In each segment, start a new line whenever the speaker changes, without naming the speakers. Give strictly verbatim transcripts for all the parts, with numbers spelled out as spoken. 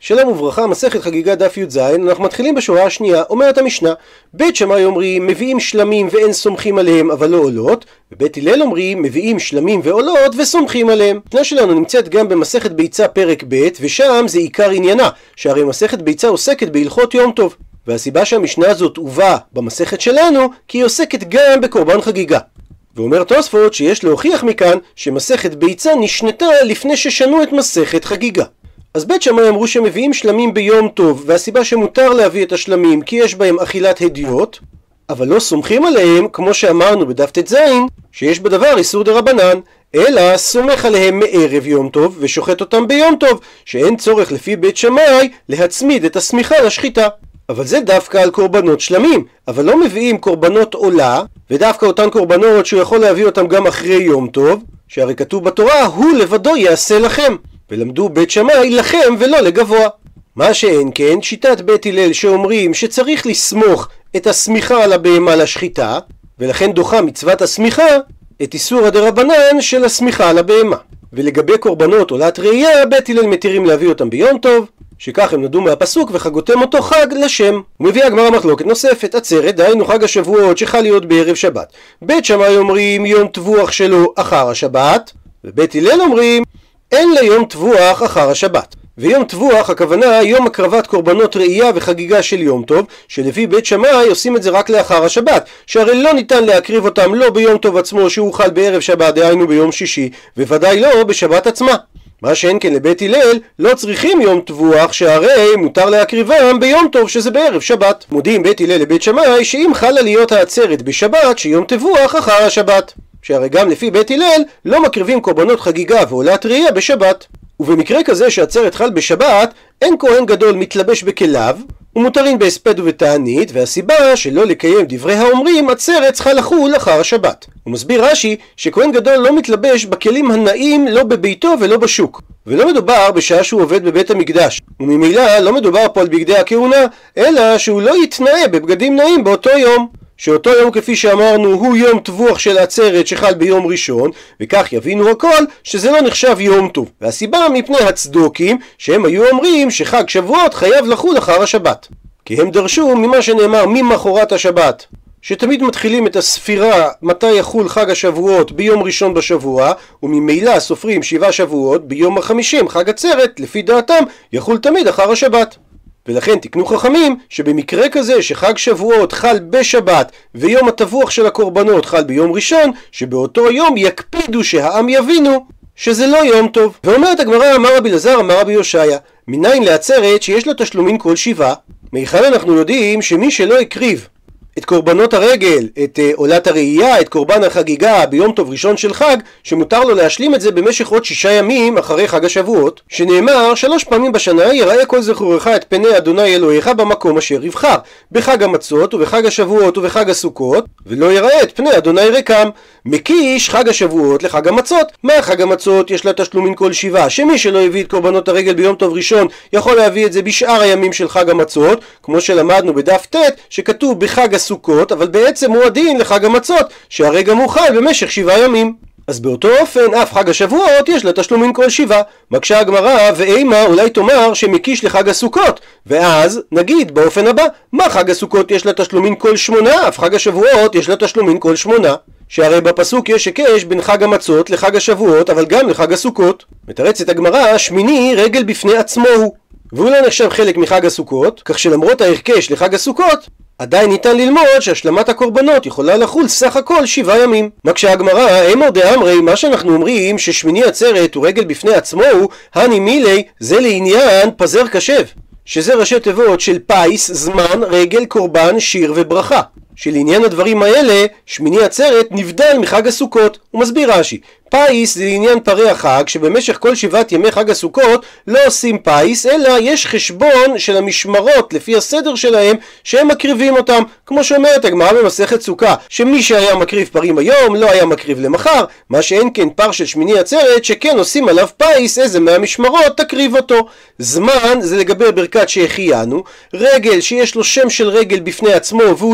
שלום וברכה, מסכת חגיגה דף י"ז, אנחנו מתחילים בשורה השנייה. אומרת המשנה, בית שמאי אומרים מביאים שלמים ואין סומכים עליהם אבל לא עולות, ובית הלל אומרים מביאים שלמים ועולות וסומכים עליהם. המשנה שלנו נמצאת גם במסכת ביצה פרק ב', ושם זה עיקר עניינה, שהרי מסכת ביצה עוסקת בהלכות יום טוב, והסיבה שהמשנה הזאת הובאה במסכת שלנו כי היא עוסקת גם בקורבן חגיגה. ואומר תוספות שיש להוכיח מכאן שמסכת ביצה נשנתה לפני ששנו את מסכת חגיגה. אז בית שמאי אמרו שמביאים שלמים ביום טוב, והסיבה שמותר להביא את השלמים כי יש בהם אכילת הדיוט, אבל לא סומכים עליהם כמו שאמרנו בדף ט"ז שיש בדבר איסור דרבנן, אלא סומך עליהם מערב יום טוב ושוחט אותם ביום טוב, שאין צורך לפי בית שמאי להצמיד את הסמיכה לשחיטה. אבל זה דווקא על קורבנות שלמים, אבל לא מביאים קורבנות עולה, ודווקא אותן קורבנות שהוא יכול להביא אותם גם אחרי יום טוב, שהרי כתוב בתורה הוא לבדו יעשה לכם, ולמדו בית שמאי לכם ולא לגבוה. מה שאין כן שיטת בית הלל שאומרים שצריך לסמוך את הסמיכה על הבהמה לשחיטה, ולכן דוחה מצוות הסמיכה את איסור הדרבנן של הסמיכה על הבהמה. ולגבי קורבנות עולת ראייה, בית הלל מתירים להביא אותם ביום טוב, שכך הם נדעו מהפסוק וחגותם אותו חג לשם. ומביאה הגמרא מחלוקת נוספת, עצרת, דהיינו חג השבועות שחל להיות בערב שבת. בית שמאי אומרים יום טבוח שלו אחר השבת, ובית הלל אומרים אין ליום טבוח אחר השבת. ויום טבוח הכוונה יום הקרבת קורבנות ראייה וחגיגה של יום טוב, שלפי בית שמאי עושים את זה רק לאחר השבת, שהרי לא ניתן להקריב אותם לא ביום טוב עצמו שהוא חל בערב שבת, דהיינו ביום שישי, וודאי לא בשבת עצמה. מה שאין כן לבית הלל לא צריכים יום טבוח, שהרי מותר להקריבם ביום טוב שזה בערב שבת. מודיעים בית הלל לבית שמאי שאם חלה להיות העצרת בשבת שיום טבוח אחר השבת, שהרי גם לפי בית הלל לא מקריבים קורבנות חגיגה ועולת ראייה בשבת. ובמקרה כזה שעצרת חל בשבת אין כהן גדול מתלבש בכליו ומותרים בהספד ובתענית, והסיבה שלא לקיים דברי האומרים עצרת צריכה לחול אחר השבת. הוא מסביר רש"י שכהן גדול לא מתלבש בכלים הנאים לא בביתו ולא בשוק, ולא מדובר בשעה שהוא עובד בבית המקדש, וממילא לא מדובר פה על בגדי הכהונה, אלא שהוא לא יתנאה בבגדים נאים באותו יום, שאותו יום כפי שאמרנו הוא יום טבוח של עצרת שחל ביום ראשון, וכך יבינו הכל שזה לא נחשב יום טוב. והסיבה מפני הצדוקים שהם היו אומרים שחג שבועות חייב לחול אחר השבת, כי הם דרשו ממה שנאמר ממחרת השבת, שתמיד מתחילים את הספירה מתי יחול חג השבועות ביום ראשון בשבוע, וממילא סופרים שבעה שבועות ביום החמישים חג עצרת לפי דעתם יחול תמיד אחר השבת. ולכן תקנו חכמים שבמקרה כזה שחג שבועות חל בשבת ויום הטבוח של הקורבנות חל ביום ראשון, שבאותו יום יקפידו שהעם יבינו שזה לא יום טוב. ואומרת הגמרא, אמר רבי אלעזר אמר רבי יושעיה, מניין לעצרת שיש לה תשלומים כל שבעה? מהיכן אנחנו יודעים שמי שלא הקריב את קורבנות הרגל, את uh, עולת הראייה, את קורבן החגיגה ביום טוב ראשון של חג, שמותר לו להשלים את זה במשך עוד שישה ימים אחרי חג השבועות, שנאמר שלוש פעמים בשנה יראה כל זכורך את פני אדוני אלוהיך במקום אשר יבחר, בחג המצות ובחג השבועות ובחג הסוכות, ולא יראה את פני אדוני ריקם. מקיש חג השבועות לחג המצות. מה חג המצות? יש לה תשלומים כל שבעה, שמי שלא הביא את קורבנות הרגל ביום טוב ראשון יכול להביא את זה בשאר הימים של חג המצות, כמו שלמדנו בדף ט' שכתוב בחג הסוכות, אבל בעצם הוא הדין לחג המצות שהרי גם הוא חל במשך שבעה ימים. אז באותו אופן אף חג השבועות יש לה תשלומים כל שבעה. מקשה הגמרא, ואימה אולי תאמר שמקיש לחג הסוכות, ואז נגיד באופן הבא, מה חג הסוכות יש לה תשלומים כל שמונה, אף חג השבועות יש לה תשלומים כל שמונה, שהרי בפסוק יש הקש בין חג המצות לחג השבועות אבל גם לחג הסוכות. מתרצת הגמרא, שמיני רגל בפני עצמו הוא, והוא לא נחשב חלק מחג הסוכות, כך שלמרות ההרכש לחג הסוכות עדיין ניתן ללמוד שהשלמת הקורבנות יכולה לחול סך הכל שבעה ימים. מקשה הגמרא, אמור דאמרי, מה שאנחנו אומרים ששמיני עצרת הוא רגל בפני עצמו הוא, הני מילי, זה לעניין פזר קשב, שזה ראשי תיבות של פייס, זמן, רגל, קורבן, שיר וברכה, שלעניין הדברים האלה שמיני עצרת נבדל מחג הסוכות. הוא מסביר רש"י, פייס זה לעניין פרי החג, שבמשך כל שבעת ימי חג הסוכות לא עושים פייס, אלא יש חשבון של המשמרות לפי הסדר שלהם שהם מקריבים אותם, כמו שאומרת הגמרא במסכת סוכה, שמי שהיה מקריב פרים היום לא היה מקריב למחר. מה שאין כן פר של שמיני עצרת שכן עושים עליו פייס, איזה מהמשמרות תקריב אותו. זמן זה לגבי ברכת שהחיינו, רגל שיש לו שם של רגל בפני עצמו והוא לא קרוי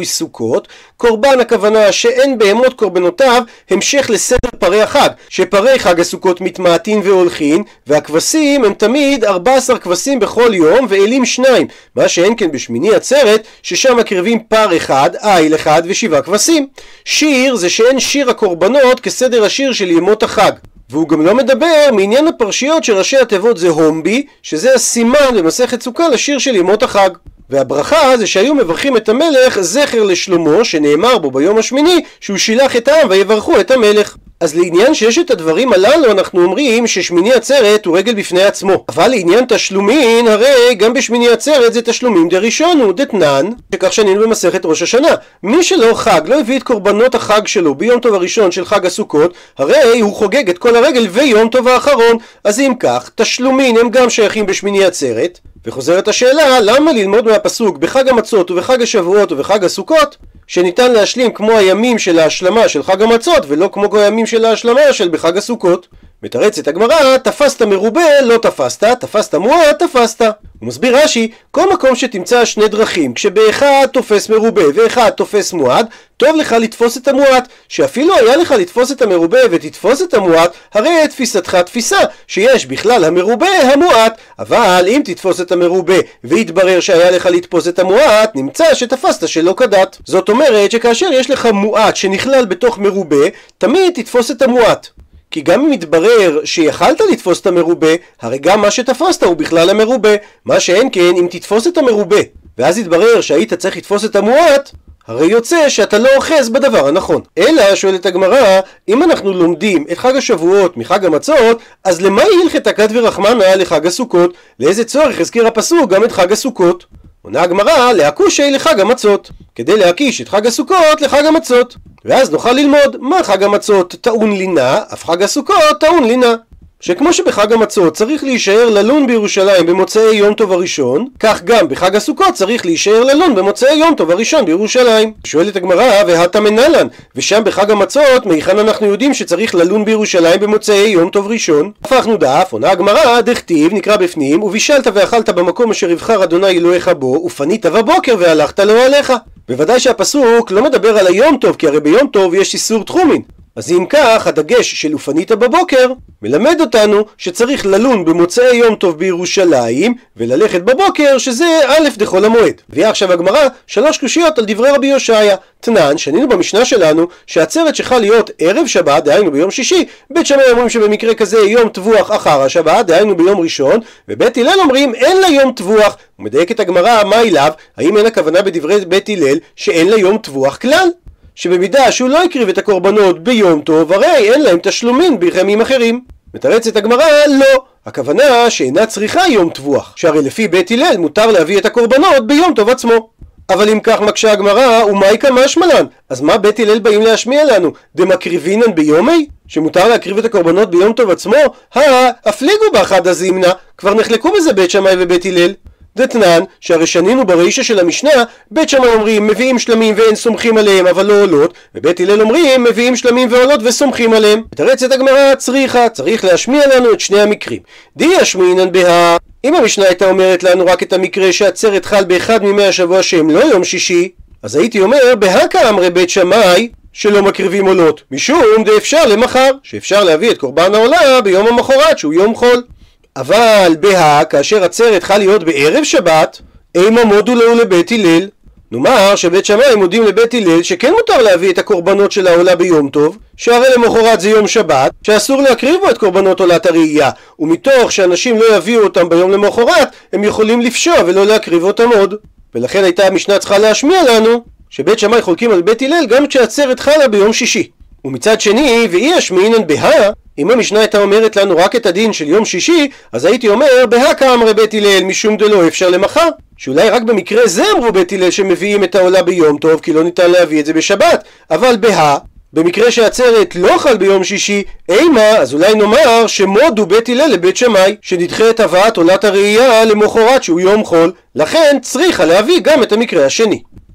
סוכות. קורבן הכוונה שאין בהמות קורבנותיו המשך לסדר פרי החג, שפרי חג הסוכות מתמעטין והולכין, והכבשים הם תמיד ארבע עשרה כבשים בכל יום ואלים שניים, מה שאין כן בשמיני עצרת ששם מקריבים פר אחד, איל אחד ושבעה כבשים. שיר זה שאין שיר הקורבנות כסדר השיר של ימות החג. והוא גם לא מדבר מעניין הפרשיות שראשי התיבות זה הומבי, שזה הסימן במסכת סוכה לשיר של ימות החג. והברכה זה שהיו מברכים את המלך זכר לשלמה, שנאמר בו ביום השמיני שהוא שילח את העם ויברכו את המלך. אז לעניין שיש את הדברים הללו אנחנו אומרים ששמיני עצרת הוא רגל בפני עצמו. אבל לעניין תשלומין, הרי גם בשמיני עצרת זה תשלומים דראשונו דתנן, שכך שנינו במסכת ראש השנה. מי שלא חג, לא הביא את קורבנות החג שלו ביום טוב הראשון של חג הסוכות, הרי הוא חוגג את כל הרגל ויום טוב האחרון. אז אם כך, תשלומין הם גם שייכים בשמיני עצרת. וחוזרת השאלה, למה ללמוד מהפסוק בחג המצות ובחג השבועות ובחג הסוכות שניתן להשלים כמו הימים של ההשלמה של חג המצות ולא כמו הימים של ההשלמה של בחג הסוכות? מתרצת הגמרא, תפסת מרובה לא תפסת, תפסת מועט תפסת. הוא מסביר רש"י, כל מקום שתמצא שני דרכים, כשבאחד תופס מרובה ואחד תופס מועט, טוב לך לתפוס את המועט, שאפילו היה לך לתפוס את המרובה ותתפוס את המועט, הרי תפיסתך תפיסה שיש בכלל המרובה המועט, אבל אם תתפוס את המרובה והתברר שהיה לך לתפוס את המועט, נמצא שתפסת שלא כדת. זאת אומרת שכאשר יש לך מועט שנכלל בתוך מרובה, תמיד תתפוס את המועט. כי גם אם יתברר שיכלת לתפוס את המרובה, הרי גם מה שתפסת הוא בכלל המרובה. מה שאין כן, אם תתפוס את המרובה ואז יתברר שהיית צריך לתפוס את המועט, הרי יוצא שאתה לא אוחז בדבר הנכון. אלא שואלת הגמרא, אם אנחנו לומדים את חג השבועות מחג המצות, אז למה היא הלכת כת ורחמנה לחג הסוכות? לאיזה צורך הזכיר הפסוק גם את חג הסוכות? עונה הגמרא, להקושי לחג המצות, כדי להקיש את חג הסוכות לחג המצות. ואז נוכל ללמוד מה חג המצות טעון לינה, אף חג הסוכות טעון לינה. שכמו שבחג המצות צריך להישאר ללון בירושלים במוצאי יום טוב הראשון, כך גם בחג הסוכות צריך להישאר ללון במוצאי יום טוב הראשון בירושלים. שואלת הגמרא, והתה מנלן, ושם בחג המצות מהיכן אנחנו יודעים שצריך ללון בירושלים במוצאי יום טוב ראשון? הפכנו דף, עונה הגמרא, דכתיב נקרא בפנים, ובישלת ואכלת במקום אשר יבחר אדוני אלוהיך בו, ופנית בבוקר והלכת לו עליך. בוודאי שהפסוק לא מדבר על היום טוב, כי הרי ביום טוב יש איסור תחומין. אז אם כך, הדגש של ופנית בבוקר מלמד אותנו שצריך ללון במוצאי יום טוב בירושלים וללכת בבוקר, שזה א' דחול המועד. ויהיה עכשיו הגמרא שלוש קושיות על דברי רבי יושעיה. תנן, שנינו במשנה שלנו שהעצרת שחל להיות ערב שבת, דהיינו ביום שישי, בית שמאי אומרים שבמקרה כזה יום טבוח אחר השבת, דהיינו ביום ראשון, ובית הלל אומרים אין לה יום טבוח. ומדייק את הגמרא, מה אליו? האם אין הכוונה בדברי בית הלל שאין לה יום טבוח כלל? שבמידה שהוא לא יקריב את הקורבנות ביום טוב, הרי אין להם תשלומים בימים אחרים. מתרצת הגמרא, לא. הכוונה שאינה צריכה יום טבוח, שהרי לפי בית הלל מותר להביא את הקורבנות ביום טוב עצמו. אבל אם כך מקשה הגמרא, ומאי כמשמע לן? אז מה בית הלל באים להשמיע לנו? דמקריבינן ביומי? שמותר להקריב את הקורבנות ביום טוב עצמו? הא, הפליגו באחד הזימנה, כבר נחלקו בזה בית שמאי ובית הלל. דתנן, שהרי שנינו ברישה של המשנה, בית שמאי אומרים מביאים שלמים ואין סומכים עליהם אבל לא עולות, ובית הלל אומרים מביאים שלמים ועולות וסומכים עליהם. מתרצת הגמרא, צריכה, צריך להשמיע לנו את שני המקרים. די ישמינן בה, אם המשנה הייתה אומרת לנו רק את המקרה שהעצרת חל באחד מימי השבוע שהם לא יום שישי, אז הייתי אומר בהקה אמרי בית שמאי שלא מקריבים עולות, משום דאפשר למחר, שאפשר להביא את קורבן העולה ביום המחרת שהוא יום חול. אבל בה, כאשר עצרת חל להיות בערב שבת, אימה מודו לו לבית הלל. נאמר שבית שמאי מודים לבית הלל שכן מותר להביא את הקורבנות של העולה ביום טוב, שהרי למחרת זה יום שבת, שאסור להקריב בו את קורבנות עולת הראייה, ומתוך שאנשים לא יביאו אותם ביום למחרת, הם יכולים לפשוע ולא להקריב אותם עוד. ולכן הייתה המשנה צריכה להשמיע לנו שבית שמאי חולקים על בית הלל גם כשהעצרת חלה ביום שישי. ומצד שני, ואי ישמינן בה, אם המשנה הייתה אומרת לנו רק את הדין של יום שישי, אז הייתי אומר בהקה אמרי בית הלל משום דלא אפשר למחר, שאולי רק במקרה זה אמרו בית הלל שמביאים את העולה ביום טוב כי לא ניתן להביא את זה בשבת. אבל בה, במקרה שהעצרת לא חל ביום שישי, אימה, אז אולי נאמר שמודו בית הלל לבית שמאי שנדחה את הבאת עולת הראייה למחרת שהוא יום חול, לכן צריכה להביא גם את המקרה השני.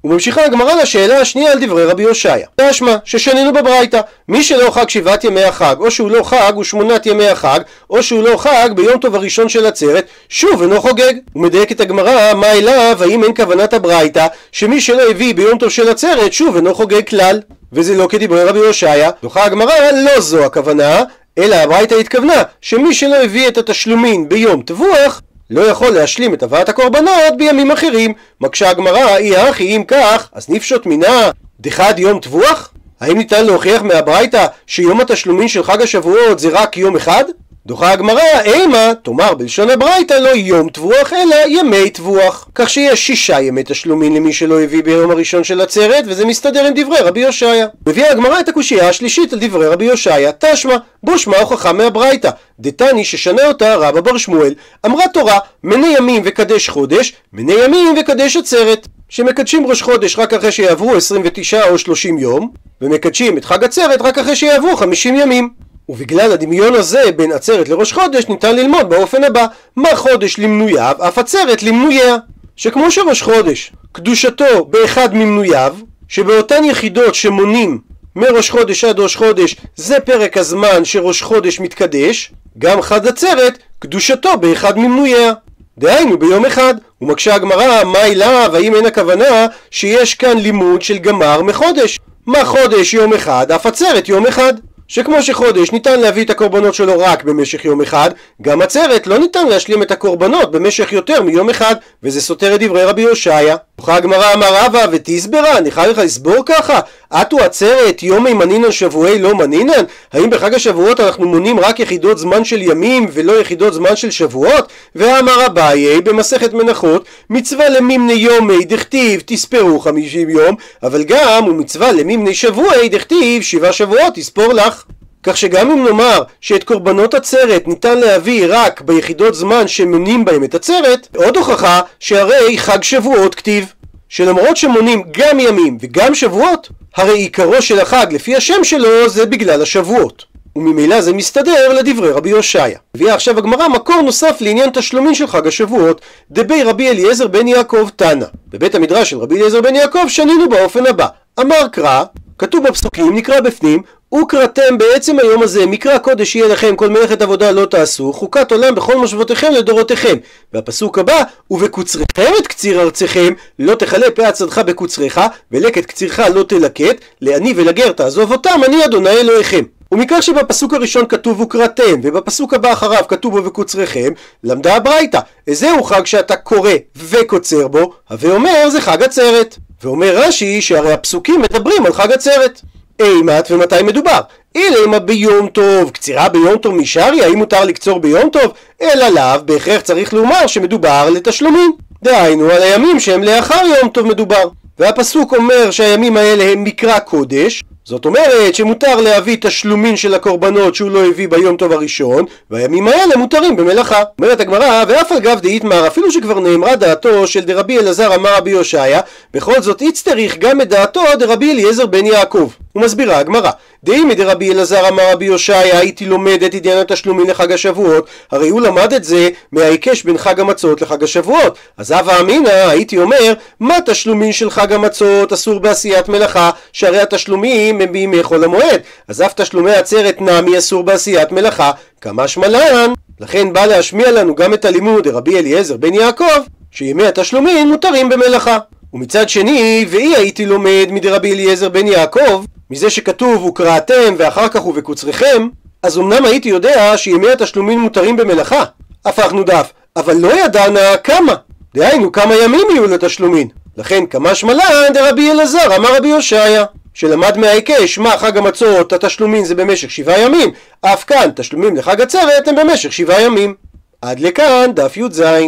וממשיכה הגמרא לשאלה השנייה על דברי רבי הושעיה. תשמע ששנינו בברייתא, מי שלא חג שבעת ימי החג, או שהוא לא חג ושמונת ימי החג, או שהוא לא חג ביום טוב הראשון של עצרת, שוב אינו חוגג. ומדייק את הגמרא, מה אליו, האם אין כוונת הברייתא שמי שלא הביא ביום טוב של עצרת שוב אינו חוגג כלל? וזה לא כדברי רבי הושעיה. דוחה הגמרא, לא זו הכוונה, אלא הברייתא התכוונה שמי שלא הביא את התשלומין ביום טבוח לא יכול להשלים את הבאת הקורבנות בימים אחרים. מקשה הגמרא, אי הכי אם כך, אז נפשוט מינה דחד יום טבוח? האם ניתן להוכיח מהברייתא שיום התשלומין של חג השבועות זה רק יום אחד? דוחה הגמרא, אימה, תאמר בלשון הברייתא לא יום טבוח אלא ימי טבוח, כך שיש שישה ימי תשלומין למי שלא הביא ביום הראשון של עצרת, וזה מסתדר עם דברי רבי הושעיה. מביאה הגמרא את הקושייה השלישית על דברי רבי הושעיה. תשמע בו שמע הוכחה מהברייתא, דתני ששנה אותה רבא בר שמואל, אמרה תורה מני ימים וקדש חודש, מני ימים וקדש עצרת, שמקדשים ראש חודש רק אחרי שיעברו עשרים ותשעה או שלושים יום, ומקדשים את חג עצרת רק אחרי שיעברו חמישים ימים. ובגלל הדמיון הזה בין עצרת לראש חודש ניתן ללמוד באופן הבא, מה חודש למנוייו אף עצרת למנוייה, שכמו שראש חודש קדושתו באחד ממנוייו, שבאותן יחידות שמונים מראש חודש עד ראש חודש זה פרק הזמן שראש חודש מתקדש, גם חג עצרת קדושתו באחד ממנוייה, דהיינו ביום אחד. ומקשה הגמרא, מה אליו, האם אין הכוונה שיש כאן לימוד של גמר מחודש? מה חודש יום אחד אף עצרת יום אחד, שכמו שחודש ניתן להביא את הקורבנות שלו רק במשך יום אחד, גם עצרת לא ניתן להשלים את הקורבנות במשך יותר מיום אחד, וזה סותר את דברי רבי הושעיה. הוכחה הגמרא, אמר רבא ותסברה, ניחא לך לסבור ככה? אתו עצרת יומי מנינן שבועי לא מנינן? האם בחג השבועות אנחנו מונים רק יחידות זמן של ימים ולא יחידות זמן של שבועות? ואמר אביי במסכת מנחות, מצווה למימני יומי דכתיב תספרו חמישים יום, אבל גם הוא מצווה למימני שבועי דכתיב שבעה שבועות תספור לך. כך שגם אם נאמר שאת קורבנות עצרת ניתן להביא רק ביחידות זמן שמונים בהם את עצרת, עוד הוכחה שהרי חג שבועות כתיב, שלמרות שמונים גם ימים וגם שבועות, הרי עיקרו של החג לפי השם שלו זה בגלל השבועות, וממילא זה מסתדר לדברי רבי הושעיה. הביאה עכשיו הגמרא מקור נוסף לעניין תשלומין של חג השבועות, דבי רבי אליעזר בן יעקב תנא. בבית המדרש של רבי אליעזר בן יעקב שנינו באופן הבא, אמר קרא, כתוב בפסוקים, נקרא בפנים, וקראתם בעצם היום הזה מקרא קודש יהיה לכם, כל מלאכת עבודה לא תעשו, חוקת עולם בכל מושבותיכם לדורותיכם. והפסוק הבא, ובקוצריכם את קציר ארציכם, לא תכלה פאת שדך בקוצריך, ולקט קצירך לא תלקט, לעני ולגר תעזוב אותם, אני אדוני אלוהיכם. ומכך שבפסוק הראשון כתוב וקראתם, ובפסוק הבא אחריו כתוב בו וקוצריכם, למדה הברייתא, איזהו חג שאתה קורא וקוצר בו, הווה אומר זה חג עצרת. ואומר רש"י שהרי הפסוקים מדברים על חג עצרת. אימת ומתי מדובר? אילמה ביום טוב, קצירה ביום טוב משרי, האם מותר לקצור ביום טוב? אלא לאו, בהכרח צריך לומר שמדובר לתשלומים, דהיינו על הימים שהם לאחר יום טוב מדובר. והפסוק אומר שהימים האלה הם מקרא קודש, זאת אומרת שמותר להביא תשלומין של הקורבנות שהוא לא הביא ביום טוב הראשון, והימים האלה מותרים במלאכה. אומרת הגמרא, ואף על גב דאיתמר, אפילו שכבר נאמרה דעתו של דרבי אלעזר אמר רבי הושעיה, בכל זאת יצטריך גם את דעתו דרבי אליעזר בן יעקב. ומסבירה הגמרא, דאימי דרבי אלעזר אמר רבי הושעיה, הייתי לומד את עניין התשלומין לחג השבועות, הרי הוא למד את זה מההיקש בין חג המצות לחג השבועות. אז הווה אמינא, הייתי אומר, מה תשלומין של חג המצות אסור בעשיית מלאכה, שהרי התשלומים הם בימי חול המועד, אז אף תשלומי עצרת נמי אסור בעשיית מלאכה, כמה שמלן. לכן בא להשמיע לנו גם את הלימוד דרבי אליעזר בן יעקב, שימי התשלומים מותרים במלאכה. ומצד שני, ואי הייתי לומד מדרבי אליעזר בן יעקב, מזה שכתוב וקראתם ואחר כך ובקוצריכם, אז אמנם הייתי יודע שימי התשלומים מותרים במלאכה, הפכנו דף, אבל לא ידענה כמה, דהיינו כמה ימים יהיו לתשלומים. לכן כמה שמלן דרבי אלעזר אמר רבי הושעיה, שלמד מההיקש מה חג המצות התשלומים זה במשך שבעה ימים, אף כאן תשלומים לחג עצרת הם במשך שבעה ימים. עד לכאן דף י"ז.